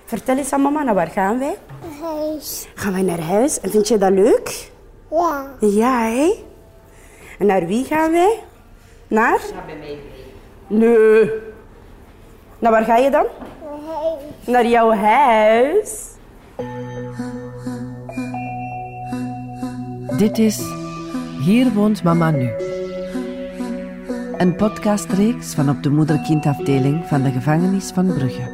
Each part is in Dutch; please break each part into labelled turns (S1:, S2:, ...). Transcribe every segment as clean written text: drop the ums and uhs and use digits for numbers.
S1: Vertel eens aan mama, naar waar gaan wij?
S2: Huis.
S1: Gaan wij naar huis? En vind je dat leuk?
S2: Ja.
S1: Ja, hè? En naar wie gaan wij? Naar?
S3: Bij mij.
S1: Nee. Naar waar ga je dan?
S2: Huis.
S1: Naar jouw huis.
S3: Dit is Hier woont mama nu. Een podcastreeks van op de moeder-kindafdeling van de gevangenis van Brugge.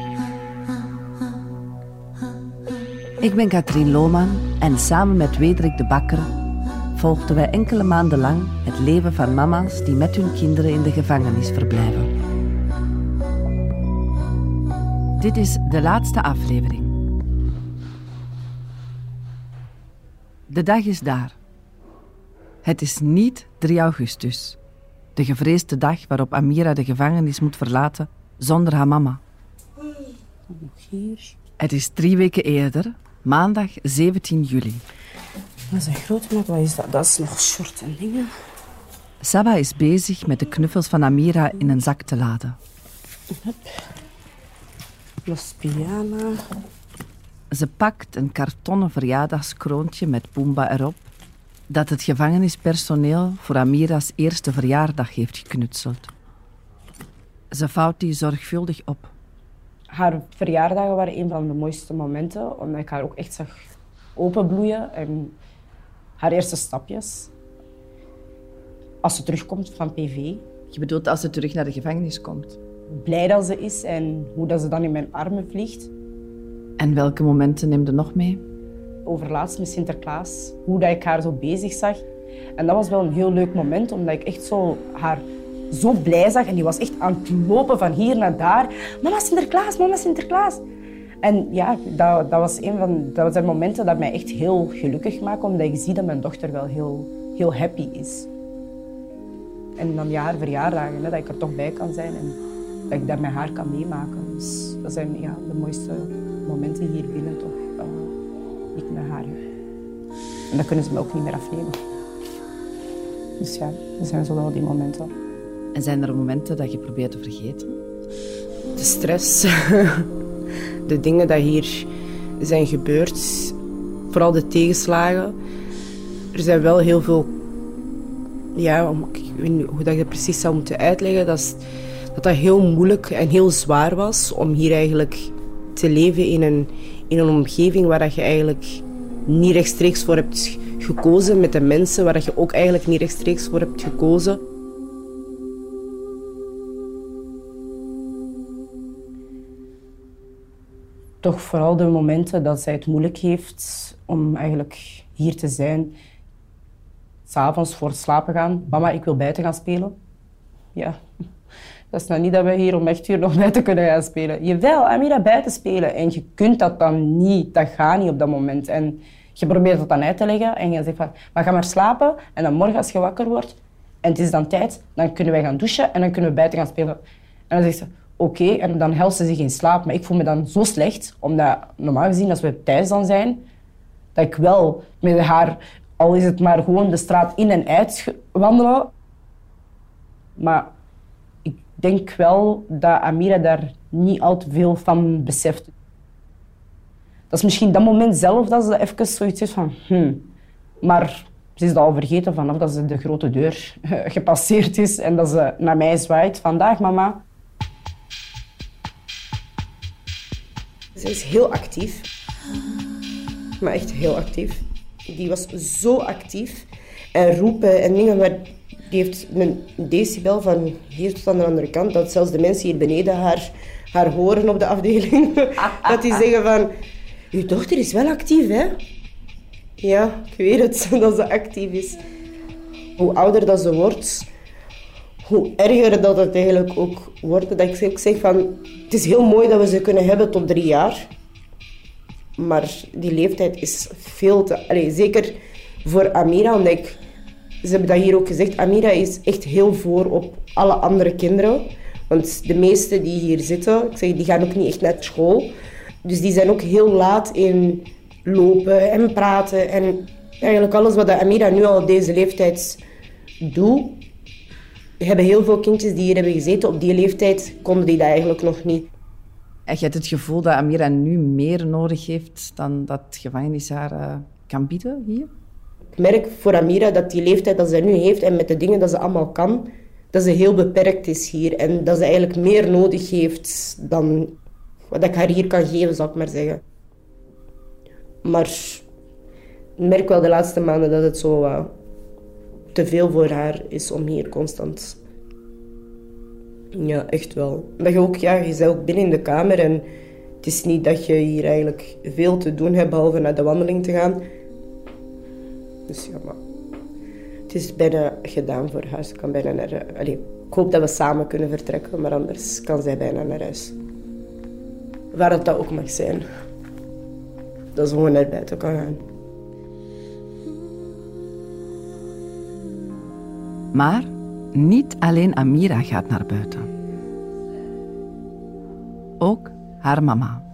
S3: Ik ben Katrien Lohman en samen met Wederik de Bakker volgden wij enkele maanden lang het leven van mama's die met hun kinderen in de gevangenis verblijven. Dit is de laatste aflevering. De dag is daar. Het is niet 3 augustus, de gevreesde dag waarop Amira de gevangenis moet verlaten zonder haar mama. Het is 3 weken eerder, maandag 17 juli.
S1: Dat is een grote map. Wat is dat? Dat is nog short en dingen.
S3: Saba is bezig met de knuffels van Amira in een zak te laden.
S1: Los Piana.
S3: Ze pakt een kartonnen verjaardagskroontje met Pumba erop dat het gevangenispersoneel voor Amira's eerste verjaardag heeft geknutseld. Ze vouwt die zorgvuldig op.
S1: Haar verjaardagen waren een van de mooiste momenten, omdat ik haar ook echt zag openbloeien en haar eerste stapjes. Als ze terugkomt van PV.
S3: Je bedoelt als ze terug naar de gevangenis komt?
S1: Blij dat ze is en hoe dat ze dan in mijn armen vliegt.
S3: En welke momenten neem je nog mee?
S1: Overlaatst met Sinterklaas, hoe dat ik haar zo bezig zag. En dat was wel een heel leuk moment, omdat ik echt zo haar zo blij zag. En die was echt aan het lopen van hier naar daar. Mama Sinterklaas, mama Sinterklaas. En ja, dat zijn momenten dat mij echt heel gelukkig maken, omdat ik zie dat mijn dochter wel heel happy is. En dan ja, haar verjaardagen, dat ik er toch bij kan zijn en dat ik dat met haar kan meemaken. Dus dat zijn de mooiste momenten hier binnen toch, die ik met haar heb. En dat kunnen ze me ook niet meer afnemen. Dus ja, er zijn zo wel die momenten.
S3: En zijn er momenten dat je probeert te vergeten?
S1: De stress, de dingen die hier zijn gebeurd, vooral de tegenslagen. Er zijn wel heel veel, ja, ik weet niet hoe dat je dat precies zou moeten uitleggen, dat heel moeilijk en heel zwaar was om hier eigenlijk te leven in een omgeving waar dat je eigenlijk niet rechtstreeks voor hebt gekozen, met de mensen waar dat je ook eigenlijk niet rechtstreeks voor hebt gekozen. Toch vooral de momenten dat zij het moeilijk heeft om eigenlijk hier te zijn. 's Avonds voor het slapen gaan. Mama, ik wil buiten gaan spelen. Ja, dat is nou niet dat we hier om 8 uur nog buiten kunnen gaan spelen. Jawel, Amira, buiten spelen. En je kunt dat dan niet. Dat gaat niet op dat moment. En je probeert dat dan uit te leggen. En je zegt van, maar ga maar slapen. En dan morgen als je wakker wordt en het is dan tijd, dan kunnen wij gaan douchen en dan kunnen we buiten gaan spelen. En dan zegt ze, oké, en dan helpt ze zich in slaap. Maar ik voel me dan zo slecht, omdat normaal gezien als we thuis dan zijn, dat ik wel met haar, al is het maar gewoon de straat in en uit wandelen. Maar ik denk wel dat Amira daar niet al te veel van beseft. Dat is misschien dat moment zelf dat ze even zoiets heeft van Maar ze is dat al vergeten vanaf dat ze de grote deur gepasseerd is en dat ze naar mij zwaait. Vandaag, mama. Ze is heel actief. Maar echt heel actief. Die was zo actief. En roepen en dingen, maar die heeft een decibel van hier tot aan de andere kant, dat zelfs de mensen hier beneden haar horen op de afdeling. Dat die zeggen van, uw dochter is wel actief, hè? Ja, ik weet het, dat ze actief is. Hoe ouder dat ze wordt, hoe erger dat het eigenlijk ook wordt. Dat ik ook zeg van, het is heel mooi dat we ze kunnen hebben tot 3 jaar. Maar die leeftijd is veel te... zeker voor Amira, omdat ze hebben dat hier ook gezegd, Amira is echt heel voor op alle andere kinderen. Want de meesten die hier zitten, die gaan ook niet echt naar school. Dus die zijn ook heel laat in lopen en praten. En eigenlijk alles wat Amira nu al op deze leeftijd doet. We hebben heel veel kindjes die hier hebben gezeten. Op die leeftijd konden die dat eigenlijk nog niet.
S3: En je hebt het gevoel dat Amira nu meer nodig heeft dan dat gevangenis haar kan bieden hier?
S1: Ik merk voor Amira dat die leeftijd dat zij nu heeft en met de dingen dat ze allemaal kan, dat ze heel beperkt is hier. En dat ze eigenlijk meer nodig heeft dan wat ik haar hier kan geven, zal ik maar zeggen. Maar ik merk wel de laatste maanden dat het zo te veel voor haar is om hier constant. Ja, echt wel. Dat je ook, je bent ook binnen in de kamer en het is niet dat je hier eigenlijk veel te doen hebt behalve naar de wandeling te gaan. Dus ja, maar het is bijna gedaan voor haar. Ze kan bijna naar... ik hoop dat we samen kunnen vertrekken, maar anders kan zij bijna naar huis. Waar dat ook mag zijn. Dat ze gewoon naar buiten kan gaan.
S3: Maar niet alleen Amira gaat naar buiten. Ook haar mama.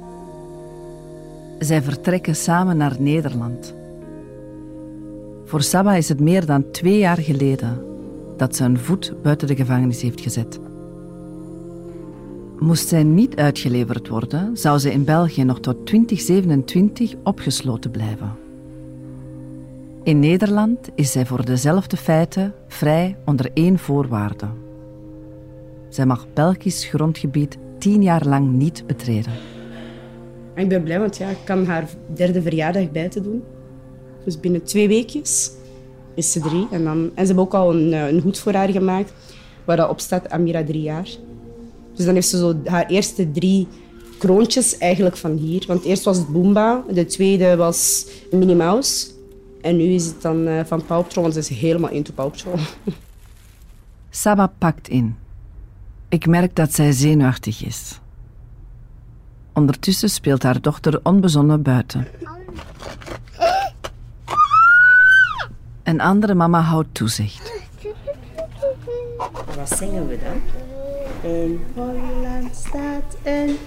S3: Zij vertrekken samen naar Nederland. Voor Saba is het meer dan 2 jaar geleden dat ze een voet buiten de gevangenis heeft gezet. Moest zij niet uitgeleverd worden, zou ze in België nog tot 2027 opgesloten blijven. In Nederland is zij voor dezelfde feiten vrij onder 1 voorwaarde. Zij mag Belgisch grondgebied 10 jaar lang niet betreden.
S1: Ik ben blij, want ik kan haar 3e verjaardag buiten doen. Dus binnen 2 weekjes is ze 3. En ze hebben ook al een hoed voor haar gemaakt, waar dat op staat Amira 3 jaar. Dus dan heeft ze zo haar eerste 3 kroontjes eigenlijk van hier. Want eerst was het Boomba, de tweede was Minnie Mouse. En nu is het dan van Paw Patrol, want ze is helemaal into Paw Patrol.
S3: Saba pakt in. Ik merk dat zij zenuwachtig is. Ondertussen speelt haar dochter onbezonnen buiten. Een andere mama houdt toezicht.
S1: Wat zingen we dan? In Holland staat een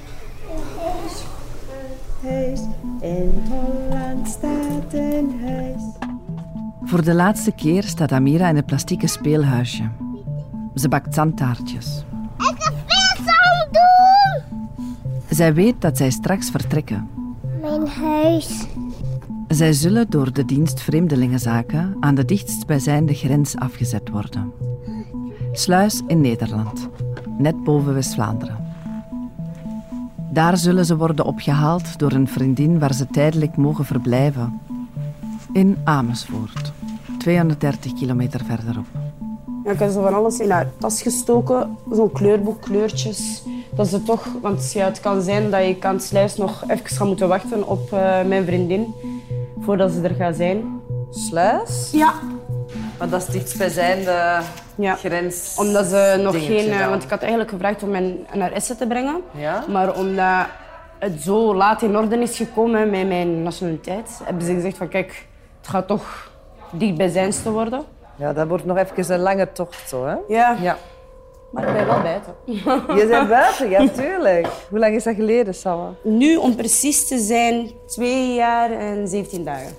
S1: huis. In Holland staat een huis.
S3: Voor de laatste keer staat Amira in het plastieke speelhuisje. Ze bakt zandtaartjes.
S2: Ik ga speelzand doen!
S3: Zij weet dat zij straks vertrekken.
S2: Mijn huis.
S3: Zij zullen door de dienst Vreemdelingenzaken aan de dichtstbijzijnde grens afgezet worden. Sluis in Nederland, net boven West-Vlaanderen. Daar zullen ze worden opgehaald door een vriendin waar ze tijdelijk mogen verblijven. In Amersfoort, 230 kilometer verderop.
S1: Ja, ik heb zo van alles in haar tas gestoken. Zo'n kleurboek, kleurtjes. Dat ze toch, want ja, het kan zijn dat ik aan het sluis nog even ga moeten wachten op mijn vriendin. Voordat ze er gaat zijn.
S3: Sluis?
S1: Ja.
S3: Maar dat is dichtstbijzijnde grens.
S1: Omdat ze nog geen... want ik had eigenlijk gevraagd om mijn NRS te brengen.
S3: Ja?
S1: Maar omdat het zo laat in orde is gekomen met mijn nationaliteit, hebben ze gezegd van kijk, het gaat toch dichtbijzijnste worden.
S4: Ja, dat wordt nog even een lange tocht zo, hè?
S1: Ja. Maar ik ben wel buiten.
S4: Je bent buiten, ja, tuurlijk. Hoe lang is dat geleden, Saba?
S1: Nu, om precies te zijn, 2 jaar en 17 dagen.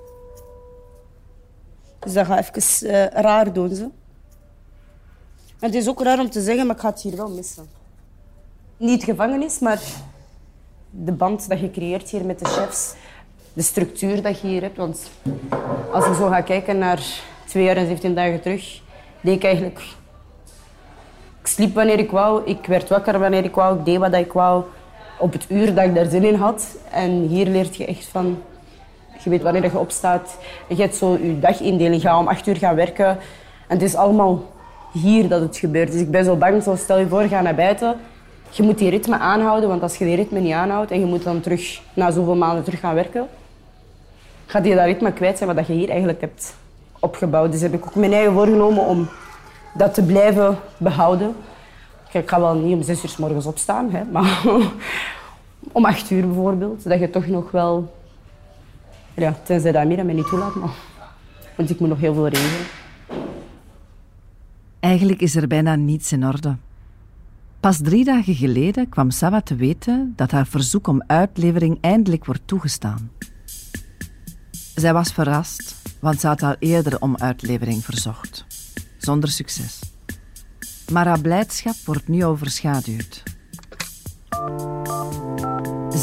S1: Dus dat gaat even raar doen, ze. En het is ook raar om te zeggen, maar ik ga het hier wel missen. Niet gevangenis, maar de band dat je creëert hier met de chefs. De structuur dat je hier hebt. Want als ik zo ga kijken naar 2 jaar en 17 dagen terug, deed ik eigenlijk... Ik sliep wanneer ik wou, ik werd wakker wanneer ik wou, ik deed wat ik wou. Op het uur dat ik daar zin in had. En hier leert je echt van... Je weet wanneer je opstaat. Je hebt zo je dagindeling. Je gaat om 8 uur gaan werken. En het is allemaal hier dat het gebeurt. Dus ik ben zo bang, zo stel je voor, ga naar buiten. Je moet die ritme aanhouden, want als je die ritme niet aanhoudt en je moet dan terug, na zoveel maanden terug gaan werken, gaat je dat ritme kwijt zijn wat je hier eigenlijk hebt opgebouwd. Dus heb ik ook mijn eigen voorgenomen om dat te blijven behouden. Kijk, ik ga wel niet om 6 uur 's morgens opstaan, hè, maar om 8 uur bijvoorbeeld. Dat je toch nog wel... Ja, tenzij dat Amira mij niet toelaat, maar... Want ik moet nog heel veel regelen.
S3: Eigenlijk is er bijna niets in orde. Pas 3 dagen geleden kwam Saba te weten dat haar verzoek om uitlevering eindelijk wordt toegestaan. Zij was verrast, want ze had al eerder om uitlevering verzocht. Zonder succes. Maar haar blijdschap wordt nu overschaduwd.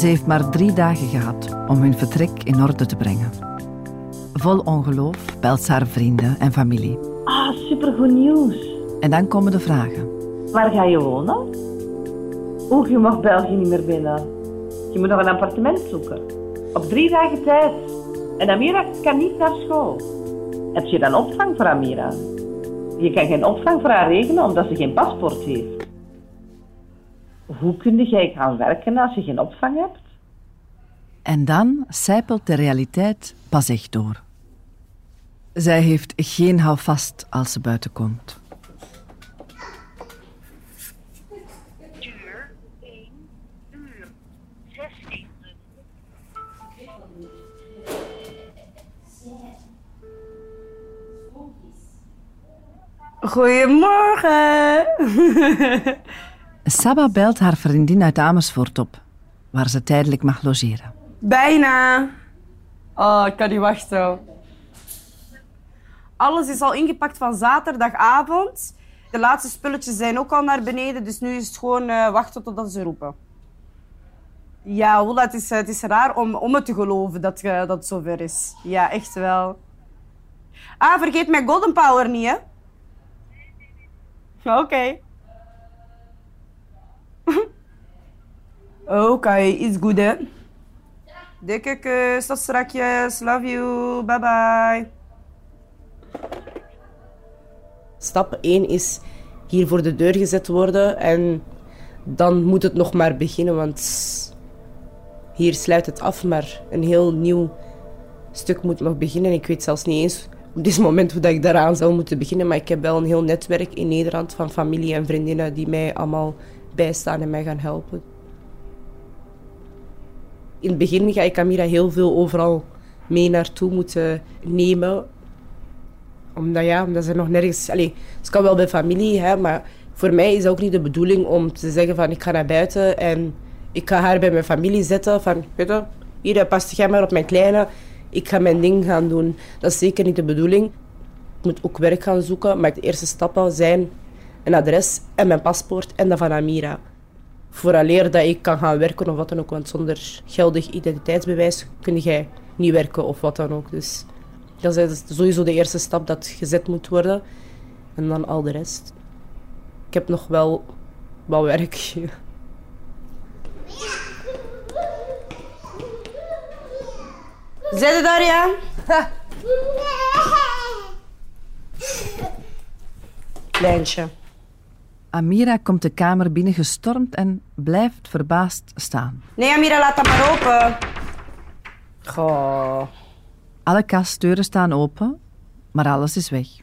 S3: Ze heeft maar 3 dagen gehad om hun vertrek in orde te brengen. Vol ongeloof belt ze haar vrienden en familie.
S5: Ah, supergoed nieuws.
S3: En dan komen de vragen.
S5: Waar ga je wonen? Oeh, je mag België niet meer binnen. Je moet nog een appartement zoeken. Op 3 dagen tijd. En Amira kan niet naar school. Heb je dan opvang voor Amira? Je kan geen opvang voor haar regelen omdat ze geen paspoort heeft. Hoe kun jij gaan werken als je geen opvang hebt?
S3: En dan sijpelt de realiteit pas echt door. Zij heeft geen houvast als ze buiten komt.
S6: Duur 1 uur 16.
S1: Goedemorgen.
S3: Saba belt haar vriendin uit Amersfoort op, waar ze tijdelijk mag logeren.
S1: Bijna. Oh, ik kan niet wachten. Alles is al ingepakt van zaterdagavond. De laatste spulletjes zijn ook al naar beneden, dus nu is het gewoon wachten totdat ze roepen. Ja, Ola, het is raar om het te geloven dat het zover is. Ja, echt wel. Ah, vergeet mijn Golden Power niet, hè? Oké. Oké, is goed, hè? Dikke kus, tot strakjes. Love you. Bye bye. Stap 1 is hier voor de deur gezet worden en dan moet het nog maar beginnen, want hier sluit het af, maar een heel nieuw stuk moet nog beginnen. Ik weet zelfs niet eens op dit moment hoe dat ik daaraan zou moeten beginnen, maar ik heb wel een heel netwerk in Nederland van familie en vriendinnen die mij allemaal bijstaan en mij gaan helpen. In het begin ga ik Amira heel veel overal mee naartoe moeten nemen. Omdat ze nog nergens... ze kan wel bij familie, hè, maar voor mij is dat ook niet de bedoeling om te zeggen van ik ga naar buiten en ik ga haar bij mijn familie zetten. Van, weet je, hier, pas jij maar op mijn kleine. Ik ga mijn ding gaan doen. Dat is zeker niet de bedoeling. Ik moet ook werk gaan zoeken, maar de eerste stappen zijn een adres en mijn paspoort en dat van Amira. Vooraleer dat ik kan gaan werken of wat dan ook, want zonder geldig identiteitsbewijs kun jij niet werken of wat dan ook. Dus dat is sowieso de eerste stap dat gezet moet worden. En dan al de rest. Ik heb nog wel wat werk. Zet het daar, ja? Kleintje.
S3: Amira komt de kamer binnengestormd en blijft verbaasd staan.
S1: Nee, Amira, laat dat maar open. Goh.
S3: Alle kastdeuren staan open, maar alles is weg.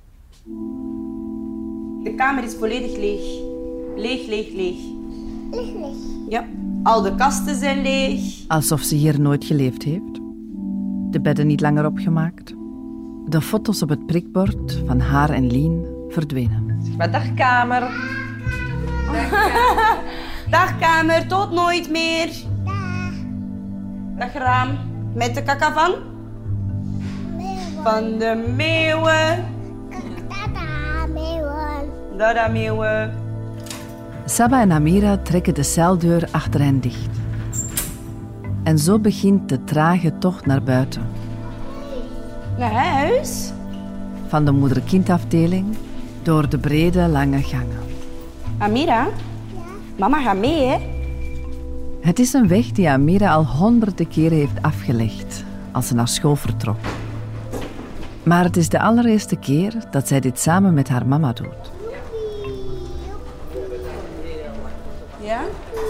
S1: De kamer is volledig leeg. Leeg.
S2: Leeg.
S1: Ja. Al de kasten zijn leeg.
S3: Alsof ze hier nooit geleefd heeft. De bedden niet langer opgemaakt. De foto's op het prikbord van haar en Lien verdwenen.
S4: Maar dag kamer.
S1: Dag kamer, tot nooit meer. Dag raam. Met de kaka van? Van de meeuwen.
S2: Tata, meeuwen.
S1: Dada meeuwen.
S3: Saba en Amira trekken de celdeur achter hen dicht. En zo begint de trage tocht naar buiten.
S1: Naar huis?
S3: Van de moeder-kindafdeling door de brede, lange gangen.
S1: Amira? Ja? Mama gaat mee, hè?
S3: Het is een weg die Amira al honderden keren heeft afgelegd als ze naar school vertrok. Maar het is de allereerste keer dat zij dit samen met haar mama doet.
S1: Ja?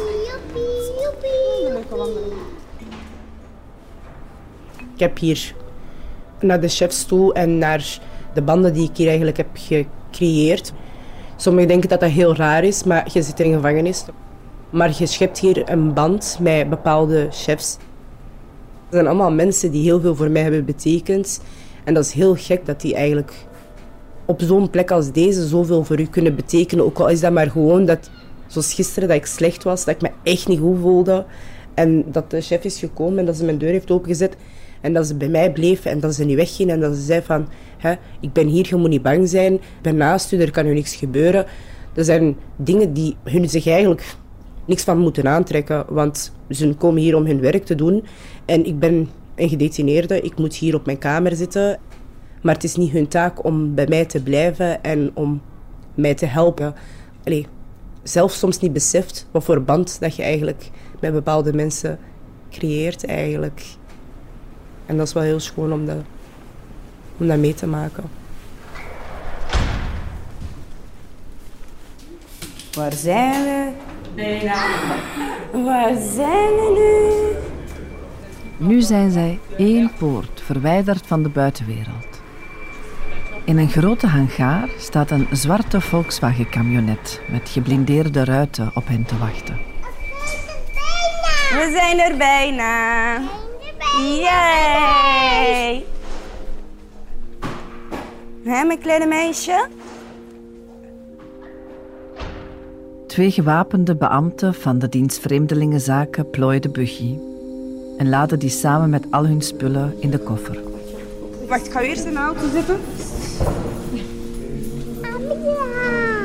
S1: Ik heb hier naar de chefs toe en naar de banden die ik hier eigenlijk heb gecreëerd. Sommigen denken dat dat heel raar is, maar je zit in een gevangenis. Maar je schept hier een band met bepaalde chefs. Dat zijn allemaal mensen die heel veel voor mij hebben betekend. En dat is heel gek dat die eigenlijk op zo'n plek als deze zoveel voor u kunnen betekenen. Ook al is dat maar gewoon dat, zoals gisteren, dat ik slecht was, dat ik me echt niet goed voelde. En dat de chef is gekomen en dat ze mijn deur heeft opengezet. En dat ze bij mij bleef en dat ze niet wegging. En dat ze zei van, ik ben hier, je moet niet bang zijn. Ik ben naast u, er kan u niks gebeuren. Dat zijn dingen die hun zich eigenlijk niks van moeten aantrekken, want ze komen hier om hun werk te doen. En ik ben een gedetineerde, ik moet hier op mijn kamer zitten. Maar het is niet hun taak om bij mij te blijven en om mij te helpen. Allee, zelf soms niet beseft wat voor band dat je eigenlijk met bepaalde mensen creëert eigenlijk. En dat is wel heel schoon om dat mee te maken.
S7: Waar zijn we? Waar zijn we nu?
S3: Nu zijn zij 1 poort verwijderd van de buitenwereld. In een grote hangaar staat een zwarte Volkswagen-camionet met geblindeerde ruiten op hen te wachten.
S7: We zijn er bijna. Yay! Hé, mijn kleine meisje?
S3: 2 gewapende beambten van de dienst Vreemdelingenzaken plooien de buggy en laden die samen met al hun spullen in de koffer.
S7: Wacht, ik ga eerst in de auto zitten.
S2: Amira.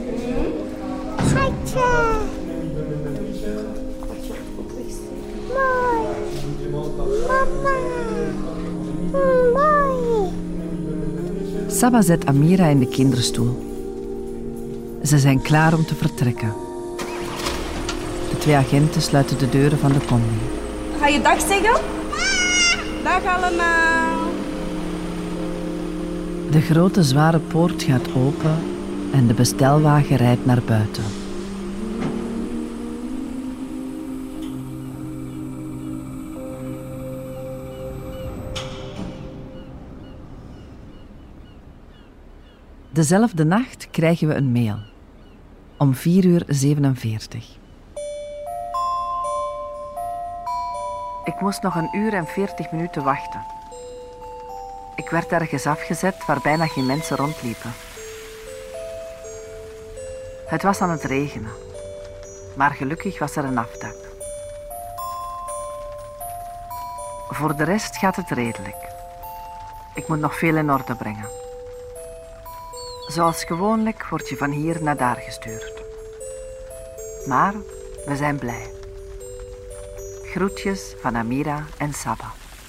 S2: Schatje. Mooi. Mama. Mooi.
S3: Saba zet Amira in de kinderstoel. Ze zijn klaar om te vertrekken. De 2 agenten sluiten de deuren van de combi.
S7: Ga je dag zeggen? Dag allemaal.
S3: De grote zware poort gaat open en de bestelwagen rijdt naar buiten. Dezelfde nacht krijgen we een mail. Om 4:47. Ik moest nog 1 uur en 40 minuten wachten. Ik werd ergens afgezet waar bijna geen mensen rondliepen. Het was aan het regenen, maar gelukkig was er een afdak. Voor de rest gaat het redelijk. Ik moet nog veel in orde brengen. Zoals gewoonlijk word je van hier naar daar gestuurd. Maar we zijn blij. Groetjes van Amira en Saba.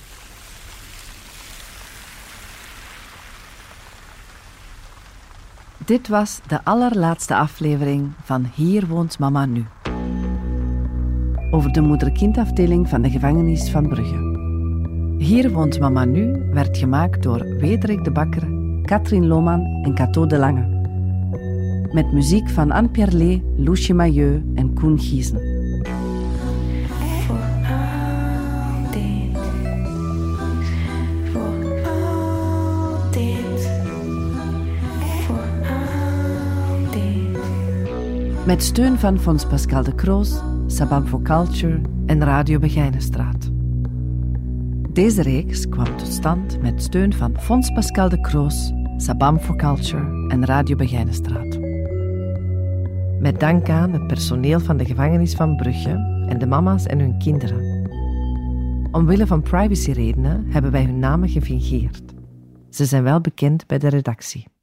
S3: Dit was de allerlaatste aflevering van Hier woont mama nu. Over de moeder-kindafdeling van de gevangenis van Brugge. Hier woont mama nu werd gemaakt door Wederik de Bakker, Katrien Lohman en Cato de Lange. Met muziek van Anne Pierlet, Loesje Mailleu en Koen Giezen. Met steun van Fonds Pascal de Croos, Sabam for Culture en Radio Begijnenstraat. Deze reeks kwam tot stand met steun van Fonds Pascal de Croos, Sabam for Culture en Radio Begijnenstraat. Met dank aan het personeel van de gevangenis van Brugge en de mama's en hun kinderen. Omwille van privacyredenen hebben wij hun namen gefingeerd. Ze zijn wel bekend bij de redactie.